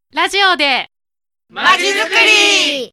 ラジオでまちづくり。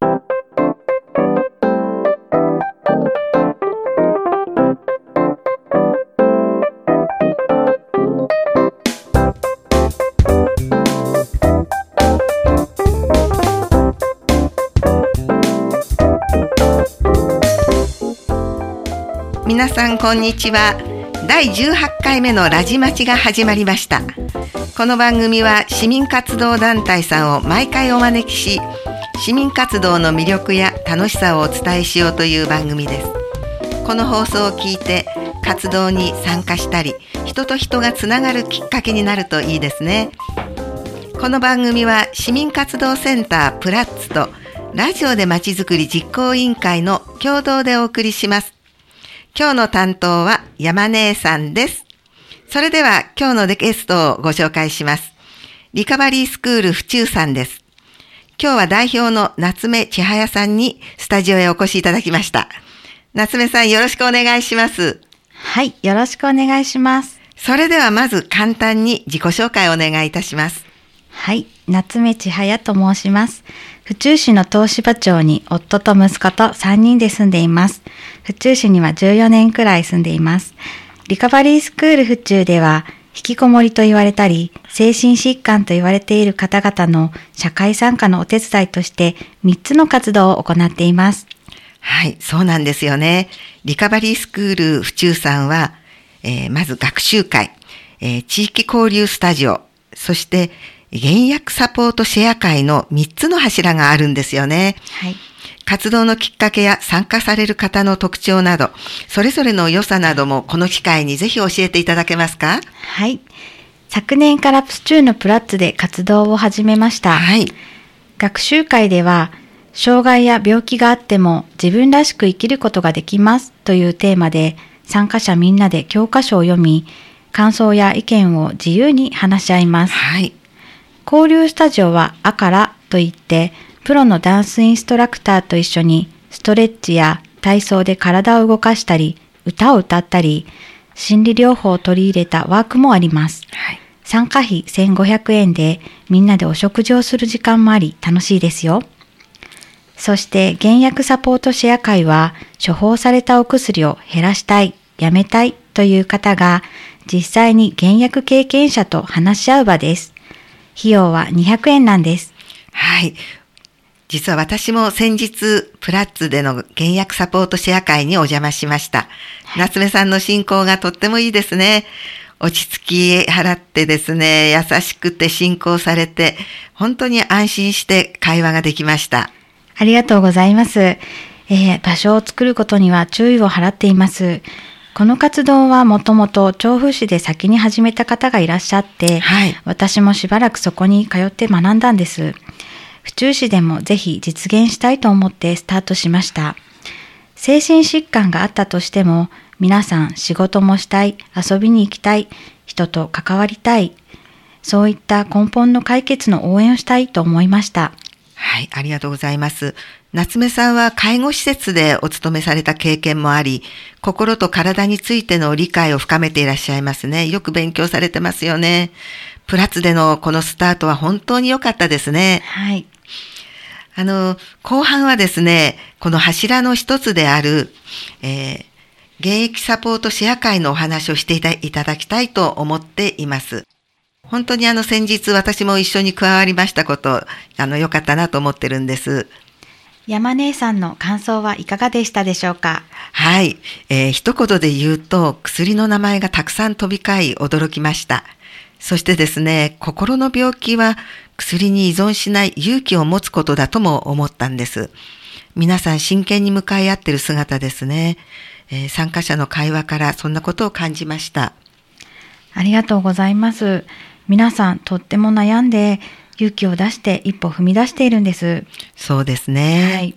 皆さんこんにちは。第18回目のラジマチが始まりました。この番組は市民活動団体さんを毎回お招きし、市民活動の魅力や楽しさをお伝えしようという番組です。この放送を聞いて活動に参加したり、人と人がつながるきっかけになるといいですね。この番組は市民活動センタープラッツとラジオでまちづくり実行委員会の共同でお送りします。今日の担当は山姉さんです。それでは今日のゲストをご紹介します。リカバリースクール府中さんです。今日は代表の夏目千早さんにスタジオへお越しいただきました。夏目さん、よろしくお願いします。 はい、よろしくお願いします。 それではまず簡単に自己紹介をお願いいたします。 はい、夏目千早と申します。府中市の東芝町に夫と息子と3人で住んでいます。府中市には14年くらい住んでいます。リカバリースクール府中では、引きこもりと言われたり、精神疾患と言われている方々の社会参加のお手伝いとして3つの活動を行っています。 はい、そうなんですよね。リカバリースクール府中さんは、まず学習会、地域交流スタジオ、そして減薬サポートシェア会の3つの柱があるんですよね。 はい。 活動のきっかけや参加される方の特徴など、それぞれの良さなどもこの機会にぜひ教えていただけますか？ はい。昨年から府中のプラッツで活動を始めました。 はい。 学習会では、障害や病気があっても自分らしく生きることができますというテーマで、参加者みんなで教科書を読み、感想や意見を自由に話し合います。 はい。 交流スタジオはアカラといって、プロのダンスインストラクターと一緒にストレッチや体操で体を動かしたり、歌を歌ったり、心理療法を取り入れたワークもあります。 はい。 参加費1500円でみんなでお食事をする時間もあり楽しいですよ。そして減薬サポートシェア会は処方されたお薬を減らしたい、やめたいという方が実際に減薬経験者と話し合う場です。費用は200円なんです。 はい。実は私も先日プラッツでの減薬サポートシェア会にお邪魔しました。夏目さんの進行がとってもいいですね。落ち着き払ってですね、優しくて進行されて、本当に安心して会話ができました。 ありがとうございます。場所を作ることには注意を払っています。この活動はもともと調布市で先に始めた方がいらっしゃって、 はい、 私もしばらくそこに通って学んだんです。府中市でもぜひ実現したいと思ってスタートしました。精神疾患があったとしても、皆さん仕事もしたい、遊びに行きたい、人と関わりたい、そういった根本の解決の応援をしたいと思いました。 はい、ありがとうございます。夏目さんは介護施設でお勤めされた経験もあり、心と体についての理解を深めていらっしゃいますね。よく勉強されてますよね。プラッツでのこのスタートは本当に良かったですね。 はい。 後半はですね、この柱の一つである、現役サポートシェア会のお話をしていただきたいと思っています。本当に先日私も一緒に加わりましたこと、良かったなと思ってるんです。 山姉さんの感想はいかがでしたでしょうか？ はい、一言で言うと、薬の名前がたくさん飛び交い驚きました。そしてですね、心の病気は薬に依存しない勇気を持つことだとも思ったんです。皆さん真剣に向かい合ってる姿ですね。参加者の会話からそんなことを感じました。 ありがとうございます。皆さんとっても悩んで勇気を出して一歩踏み出しているんです。 そうですね。 はい。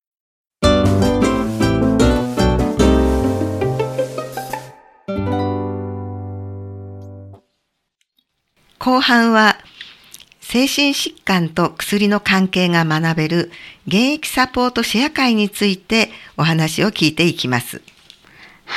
後半は精神疾患と薬の関係が学べる現役サポートシェア会についてお話を聞いていきます。 はい。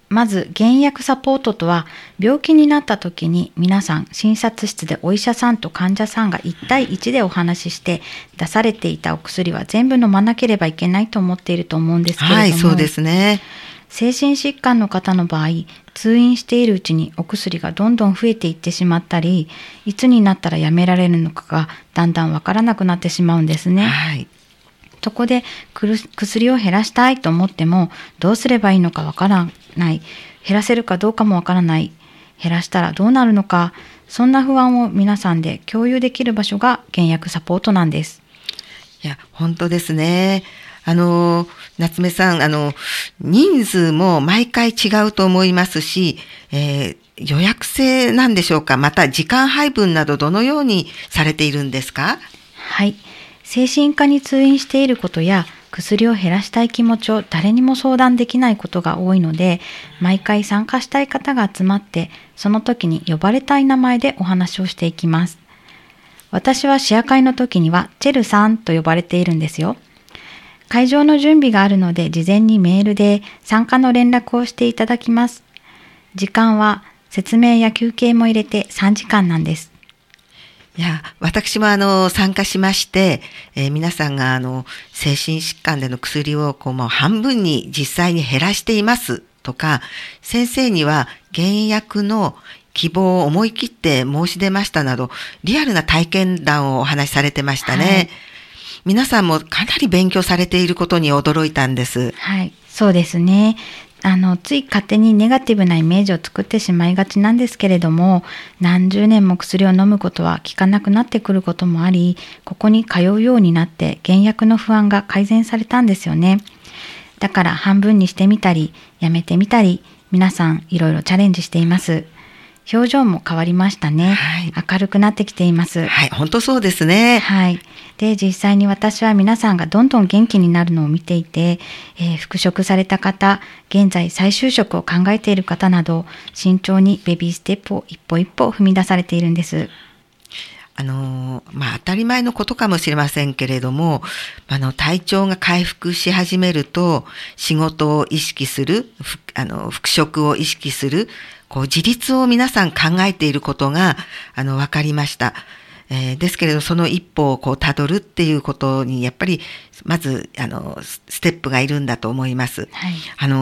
まず減薬サポートとは、病気になった時に皆さん診察室でお医者さんと患者さんが1対1でお話しして、出されていたお薬は全部飲まなければいけないと思っていると思うんですけれども、 はい、そうですね。 精神疾患の方の場合、通院しているうちにお薬がどんどん増えていってしまったり、いつになったらやめられるのかがだんだんわからなくなってしまうんですね。 はい。 そこで薬を減らしたいと思っても、どうすればいいのかわからない、減らせるかどうかもわからない、減らしたらどうなるのか、そんな不安を皆さんで共有できる場所が減薬サポートなんです。 いや、本当ですね。夏目さん、人数も毎回違うと思いますし、予約制なんでしょうか。また時間配分などどのようにされているんですか？ はい。精神科に通院していることや、薬を減らしたい気持ちを誰にも相談できないことが多いので、毎回参加したい方が集まって、その時に呼ばれたい名前でお話をしていきます。私はシェア会の時にはチェルさんと呼ばれているんですよ。会場の準備があるので、事前にメールで参加の連絡をしていただきます。時間は説明や休憩も入れて3時間なんです。 いや、私も参加しまして、皆さんが精神疾患での薬をもう半分に実際に減らしていますとか、先生には減薬の希望を思い切って申し出ましたなど、リアルな体験談をお話しされてましたね。はい、皆さんもかなり勉強されていることに驚いたんです。 はい、そうですね。つい勝手にネガティブなイメージを作ってしまいがちなんですけれども、何十年も薬を飲むことは効かなくなってくることもあり、ここに通うようになって減薬の不安が改善されたんですよね。だから半分にしてみたり、やめてみたり、皆さんいろいろチャレンジしています。表情も変わりましたね。はい、明るくなってきています。 はい、本当そうですね。 はい。で、実際に私は皆さんがどんどん元気になるのを見ていて、復職された方、現在再就職を考えている方など、慎重にベビーステップを一歩一歩踏み出されているんです。 当たり前のことかもしれませんけれども、体調が回復し始めると、仕事を意識する、復職を意識する、自立を皆さん考えていることが、分かりました。ですけれど、その一歩を辿るっていうことに、やっぱり、まず、ステップがいるんだと思います。はい、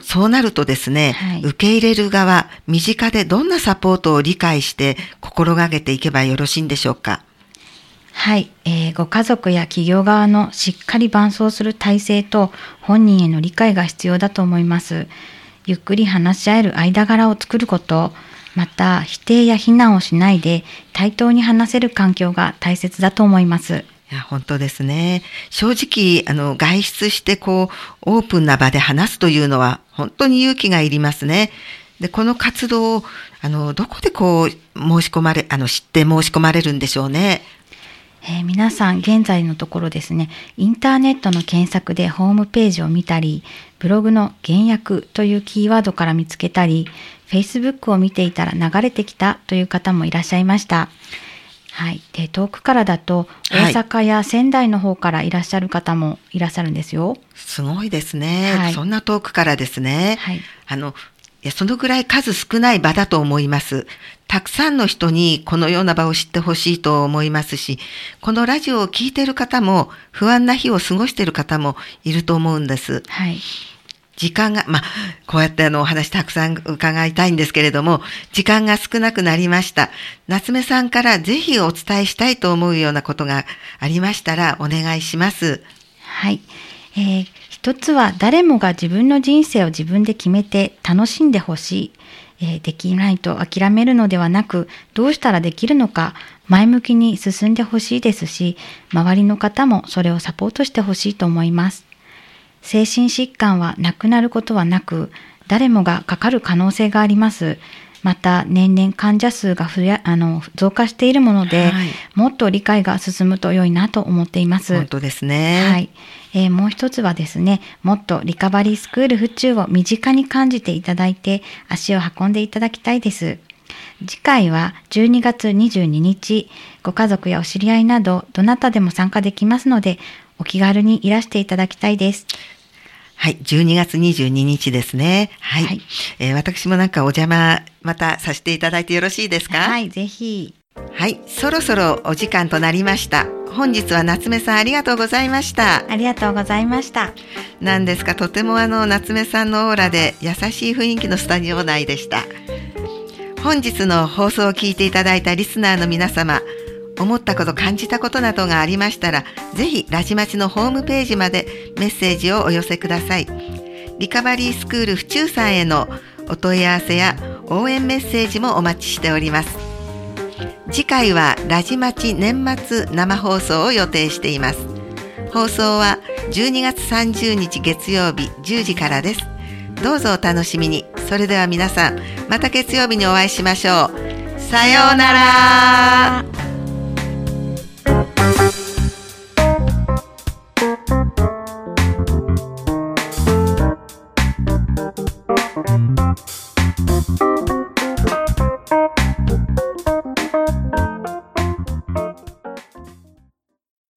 そうなるとですね、はい、受け入れる側、身近でどんなサポートを理解して心がけていけばよろしいんでしょうか？ はい、ご家族や企業側のしっかり伴走する体制と本人への理解が必要だと思います。ゆっくり話し合える間柄を作ること、また否定や非難をしないで対等に話せる環境が大切だと思います。 いや、本当ですね。正直、外出してオープンな場で話すというのは本当に勇気がいりますね。で、この活動を、どこで知って申し込まれるんでしょうね。 皆さん現在のところですね、インターネットの検索でホームページを見たり、ブログの減薬というキーワードから見つけたり、Facebook を見ていたら流れてきたという方もいらっしゃいました。はい。で、遠くからだと大阪や仙台の方からいらっしゃる方もいらっしゃるんですよ。 すごいですね。はい、そんな遠くからですね。 はい。 そのぐらい数少ない場だと思います。たくさんの人にこのような場を知ってほしいと思いますし、このラジオを聞いている方も不安な日を過ごしている方もいると思うんです。 はい。 時間が、こうやってお話たくさん伺いたいんですけれども、時間が少なくなりました。夏目さんからぜひお伝えしたいと思うようなことがありましたらお願いします。 はい。一つは誰もが自分の人生を自分で決めて楽しんでほしい。できないと諦めるのではなく、どうしたらできるのか前向きに進んでほしいですし、周りの方もそれをサポートしてほしいと思います。精神疾患はなくなることはなく、誰もがかかる可能性があります。また年々患者数が増加しているもので、はい、もっと理解が進むと良いなと思っています。 本当ですね。 はい。もう一つはですね、もっとリカバリースクール府中を身近に感じていただいて足を運んでいただきたいです。次回は12月22日、ご家族やお知り合いなどどなたでも参加できますので、お気軽にいらしていただきたいです。 はい、12月22日ですね。はい。 はい私もなんかお邪魔またさせていただいてよろしいですか？ はい、ぜひ。 はい、そろそろお時間となりました。本日は夏目さんありがとうございました。 ありがとうございました。 なんですか、とても夏目さんのオーラで優しい雰囲気のスタジオ内でした。本日の放送を聞いていただいたリスナーの皆様、思ったこと感じたことなどがありましたら、ぜひラジマチのホームページまでメッセージをお寄せください。リカバリースクール府中さんへのお問い合わせや応援メッセージもお待ちしております。次回はラジマチ年末生放送を予定しています。放送は12月30日月曜日10時からです。どうぞお楽しみに。それでは皆さん、また月曜日にお会いしましょう。さようなら。